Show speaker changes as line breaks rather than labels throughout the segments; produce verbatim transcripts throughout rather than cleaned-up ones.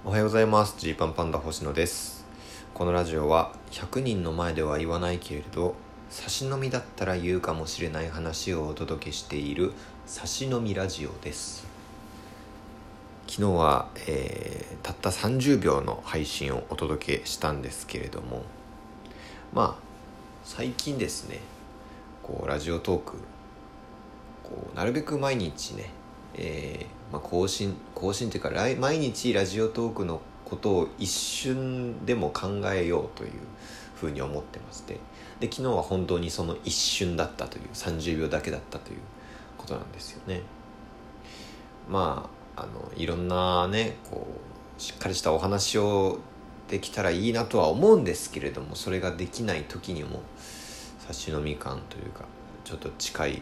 おはようございます。ジーパンパンダ星野です。このラジオはひゃくにんの前では言わないけれど差し飲みだったら言うかもしれない話をお届けしている差し飲みラジオです。昨日は、えー、たったさんじゅうびょうの配信をお届けしたんですけれども、まあ最近ですね、こうラジオトークこうなるべく毎日ね、えーまあ、更新更新というか毎日ラジオトークのことを一瞬でも考えようというふうに思ってまして、で昨日は本当にその一瞬だったというさんじゅうびょうだけだったということなんですよね。まああのいろんなねこうしっかりしたお話をできたらいいなとは思うんですけれども、それができない時にも差し飲み感というかちょっと近い、え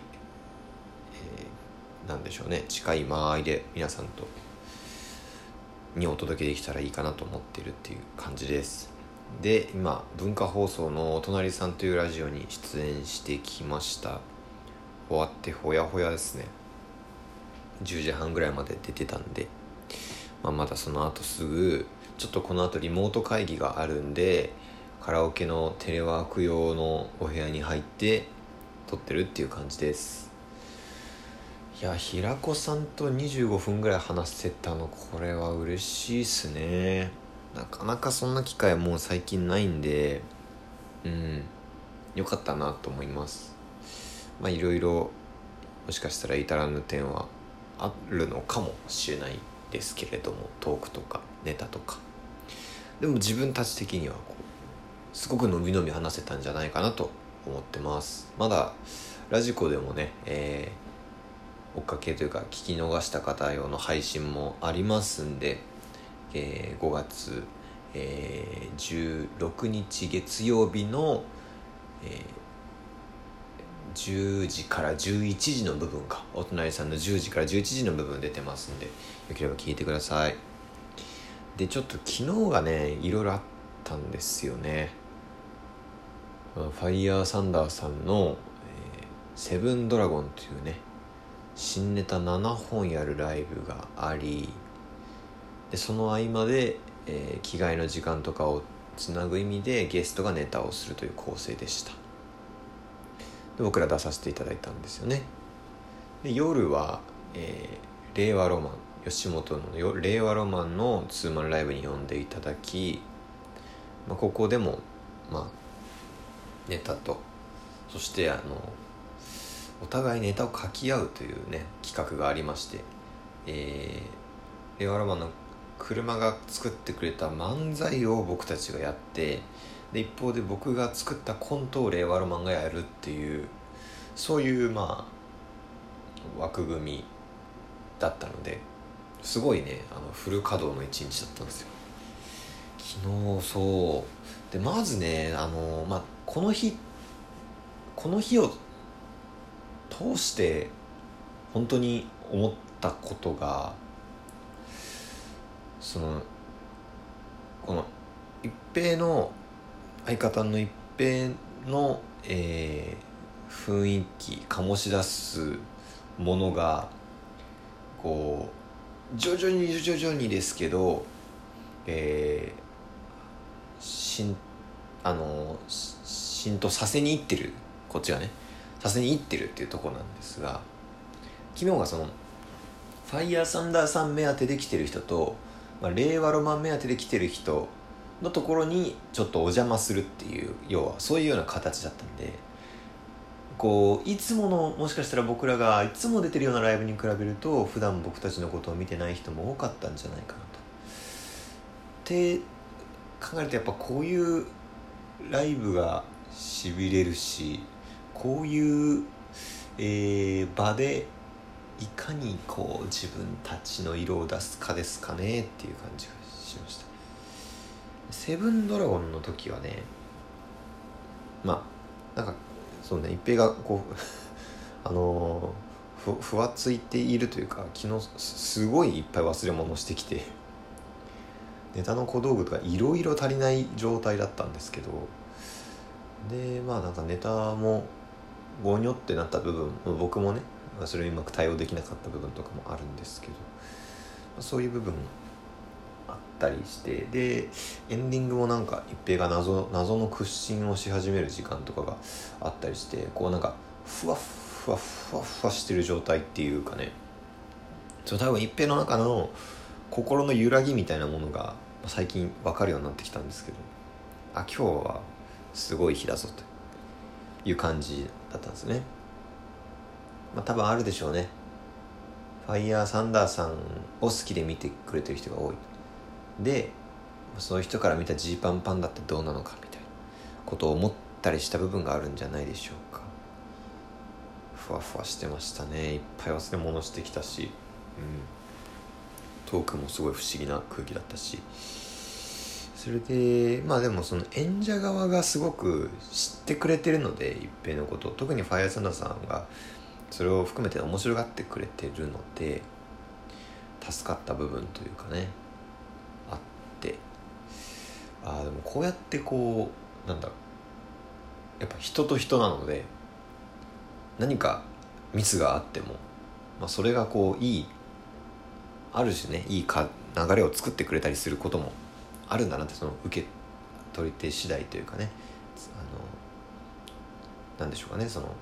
ー、なんでしょうね近い間合いで皆さんとにお届けできたらいいかなと思っているっていう感じです。で今文化放送のお隣さんというラジオに出演してきました。終わってほやほやですね。じゅうじはんぐらいまで出てたんで、まあ、まだその後すぐちょっとこの後リモート会議があるんでカラオケのテレワーク用のお部屋に入って撮ってるっていう感じです。いや平子さんとにじゅうごふんぐらい話せたのこれは嬉しいっすね。なかなかそんな機会もう最近ないんで、うんよかったなと思います。まあいろいろもしかしたら至らぬ点はあるのかもしれないですけれども、トークとかネタとかでも自分たち的にはこうすごくのびのび話せたんじゃないかなと思ってます。まだラジコでもね、えー、追っかけというか聞き逃した方用の配信もありますんで、えー、ごがつ、えー、じゅうろくにち月曜日の、えーじゅうじからじゅういちじの部分かお隣さんのじゅうじからじゅういちじの部分出てますんで、よければ聞いてください。でちょっと昨日がねいろいろあったんですよね。ファイヤーサンダーさんの、えー、セブンドラゴンというね新ネタななほんやるライブがあり、でその合間で、えー、着替えの時間とかをつなぐ意味でゲストがネタをするという構成でした。で僕ら出させていただいたんですよね。で夜は、えー、令和ロマン吉本の令和ロマンのツーマンライブに呼んでいただき、まあ、ここでも、まあ、ネタとそしてあのお互いネタを書き合うというね企画がありまして、えー、令和ロマンの車が作ってくれた漫才を僕たちがやって、で一方で僕が作ったコントを令和ロマンがやるっていう、そういうまあ枠組みだったので、すごいねあのフル稼働の一日だったんですよ昨日。そうでまずねあの、まあ、この日この日を通して本当に思ったことが、そのこの一平の相方の一平の、えー、雰囲気醸し出すものがこう徐々に徐々にですけど、えー、しんあの浸透させにいってる、こっちがねさせにいってるっていうところなんですが、昨日がそのファイヤーサンダーさん目当てで来てる人と、まあ、令和ロマン目当てで来てる人のところにちょっとお邪魔するっていう、要はそういうような形だったんで、こういつものもしかしたら僕らがいつも出てるようなライブに比べると普段僕たちのことを見てない人も多かったんじゃないかなとって考えると、やっぱこういうライブがしびれるし、こういう、えー、場でいかにこう自分たちの色を出すかですかねっていう感じがしました。セブンドラゴンの時はね、まあなんかそうね一平がこうあのー、ふ, ふわついているというか、昨日すごいいっぱい忘れ物してきてネタの小道具とかいろいろ足りない状態だったんですけど、でまあなんかネタもゴニョってなった部分、僕もねそれをうまく対応できなかった部分とかもあるんですけど、そういう部分あったりして、でエンディングもなんか一平が謎謎の屈伸をし始める時間とかがあったりして、こうなんかふわふわふわふわしてる状態っていうかね、そう多分一平の中の心の揺らぎみたいなものが最近分かるようになってきたんですけど、あ今日はすごい日だぞという感じだったんですね。まあ多分あるでしょうね。ファイヤーサンダーさんを好きで見てくれてる人が多い。でそういう人から見たジーパンパンダってどうなのかみたいなことを思ったりした部分があるんじゃないでしょうか。ふわふわしてましたね。いっぱい忘れ物してきたし、うん、トークもすごい不思議な空気だったし、それでまあでもその演者側がすごく知ってくれてるので、一平のことを、特にファイヤーサンダーさんがそれを含めて面白がってくれてるので助かった部分というかねあって、ああでもこうやってこうなんだろう、やっぱ人と人なので何かミスがあっても、まあ、それがこういいある種ねいいか流れを作ってくれたりすることもあるんだなって、その受け取り手次第というかね、あのなんでしょうかね、その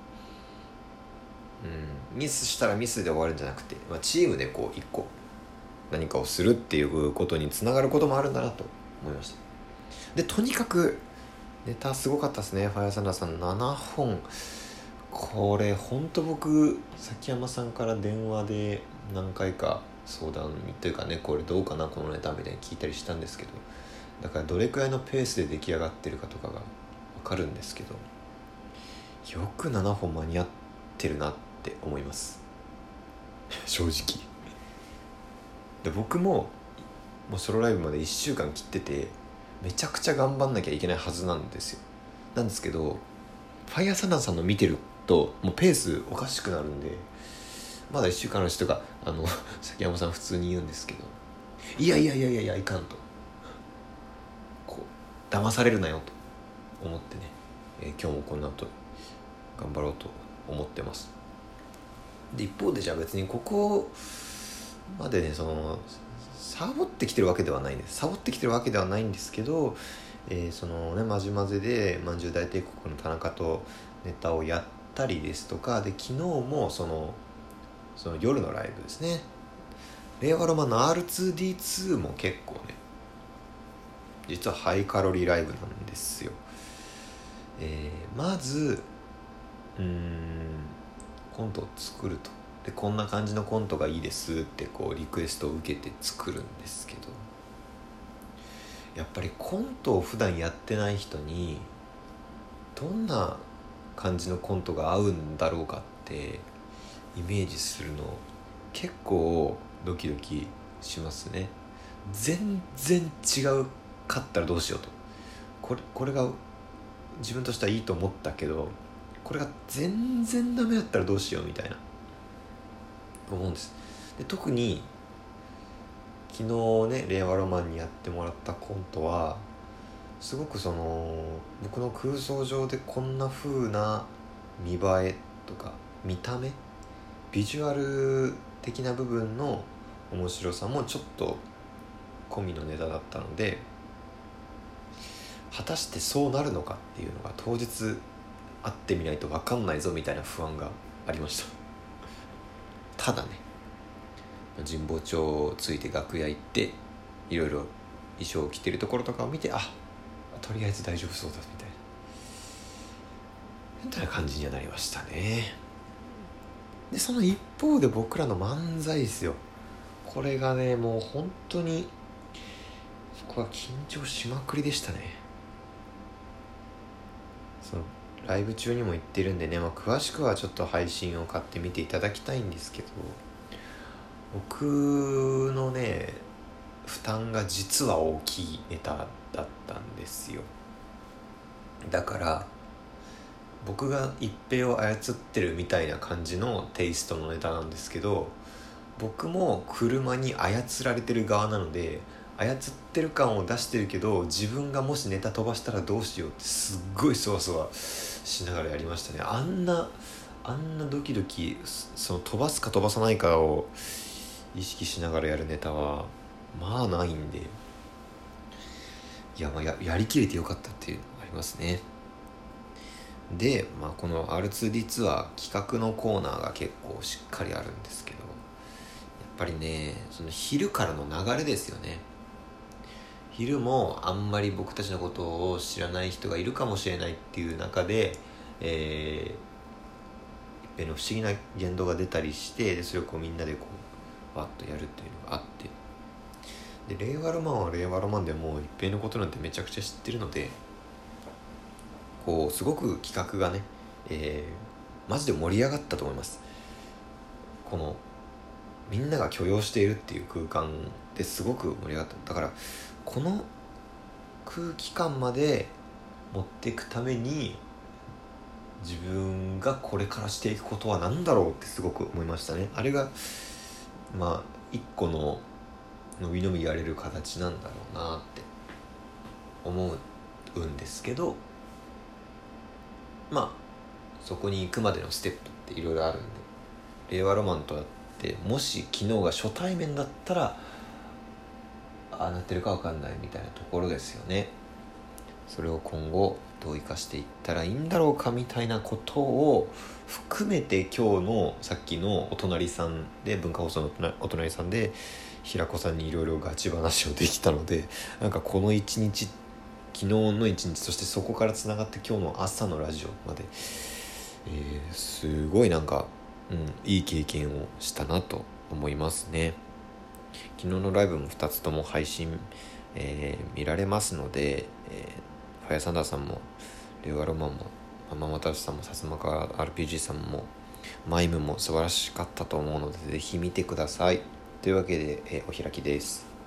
うん、ミスしたらミスで終わるんじゃなくて、まあ、チームでこう一個何かをするっていうことにつながることもあるんだなと思いました。でとにかくネタすごかったですね。ファイヤーサンダーさんななほん、これほんと僕崎山さんから電話で何回か相談というかね、これどうかなこのネタみたいに聞いたりしたんですけど、だからどれくらいのペースで出来上がってるかとかが分かるんですけど、よくななほん間に合ってるなって思います正直で僕ももうソロライブまでいっしゅうかん切っててめちゃくちゃ頑張んなきゃいけないはずなんですよ。なんですけどファイヤーサンダーさんの見てるともうペースおかしくなるんで、まだいっしゅうかんの人があの崎山さん普通に言うんですけど、いやいやいやいやいやいかんと、こう騙されるなよと思ってね、えー、今日もこの後頑張ろうと思ってます。で一方でじゃあ別にここまでねそのサボってきてるわけではないんですサボってきてるわけではないんですけど、えー、そのねまじまぜでまんじゅう大帝国の田中とネタをやったりですとかで、昨日もそのその夜のライブですね、令和ロマンの アールツーディーツー も結構ね実はハイカロリーライブなんですよ。えー、まずうーんコントを作ると、でこんな感じのコントがいいですってこうリクエストを受けて作るんですけど、やっぱりコントを普段やってない人にどんな感じのコントが合うんだろうかってイメージするの結構ドキドキしますね。全然違うかったらどうしようと、これ、これが自分としてはいいと思ったけどこれが全然ダメだったらどうしようみたいな思うんです。で特に昨日ね令和ロマンにやってもらったコントはすごくその僕の空想上でこんな風な見栄えとか見た目ビジュアル的な部分の面白さもちょっと込みのネタだったので、果たしてそうなるのかっていうのが当日会ってみないと分かんないぞみたいな不安がありました。ただね神保町ついて楽屋行っていろいろ衣装を着てるところとかを見て、あとりあえず大丈夫そうだみたいなみたいな感じにはなりましたね。でその一方で僕らの漫才ですよ、これがねもう本当にそこは緊張しまくりでしたね。そのライブ中にも言ってるんでね、まあ、詳しくはちょっと配信を買ってみていただきたいんですけど、僕のね負担が実は大きいネタだったんですよ。だから僕が一平を操ってるみたいな感じのテイストのネタなんですけど、僕も車に操られてる側なので操ってる感を出してるけど、自分がもしネタ飛ばしたらどうしようってすっごいそわそわしながらやりましたね。あんなあんなドキドキその飛ばすか飛ばさないかを意識しながらやるネタはまあないんで、いやまあ や, やりきれてよかったっていうのがありますね。で、まあ、この アールツーディー ツアー企画のコーナーが結構しっかりあるんですけど、やっぱりねその昼からの流れですよね。昼もあんまり僕たちのことを知らない人がいるかもしれないっていう中で、えー、一平の不思議な言動が出たりして、それをこうみんなでこうわっとやるっていうのがあって、で令和ロマンは令和ロマンでもう一平のことなんてめちゃくちゃ知ってるので、こうすごく企画がね、えー、マジで盛り上がったと思います。このみんなが許容しているっていう空間ですごく盛り上がった。だからこの空気感まで持っていくために自分がこれからしていくことは何だろうってすごく思いましたね。あれがまあ一個の伸び伸びやれる形なんだろうなって思うんですけど、まあそこに行くまでのステップっていろいろあるんで、令和ロマンとあってもし昨日が初対面だったらああなってるか分かんないみたいなところですよね。それを今後どう生かしていったらいいんだろうかみたいなことを含めて、今日のさっきのお隣さんで文化放送のお隣さんで平子さんにいろいろガチ話をできたので、なんかこの一日、昨日の一日、そしてそこからつながって今日の朝のラジオまで、えー、すごいなんか、うん、いい経験をしたなと思いますね。昨日のライブもふたつとも配信、えー、見られますので、えー、ファイアサンダーさんも令和ロマンもマママタシさんもさすまか アールピージー さんもマイムも素晴らしかったと思うので、ぜひ見てください。というわけで、えー、お開きです。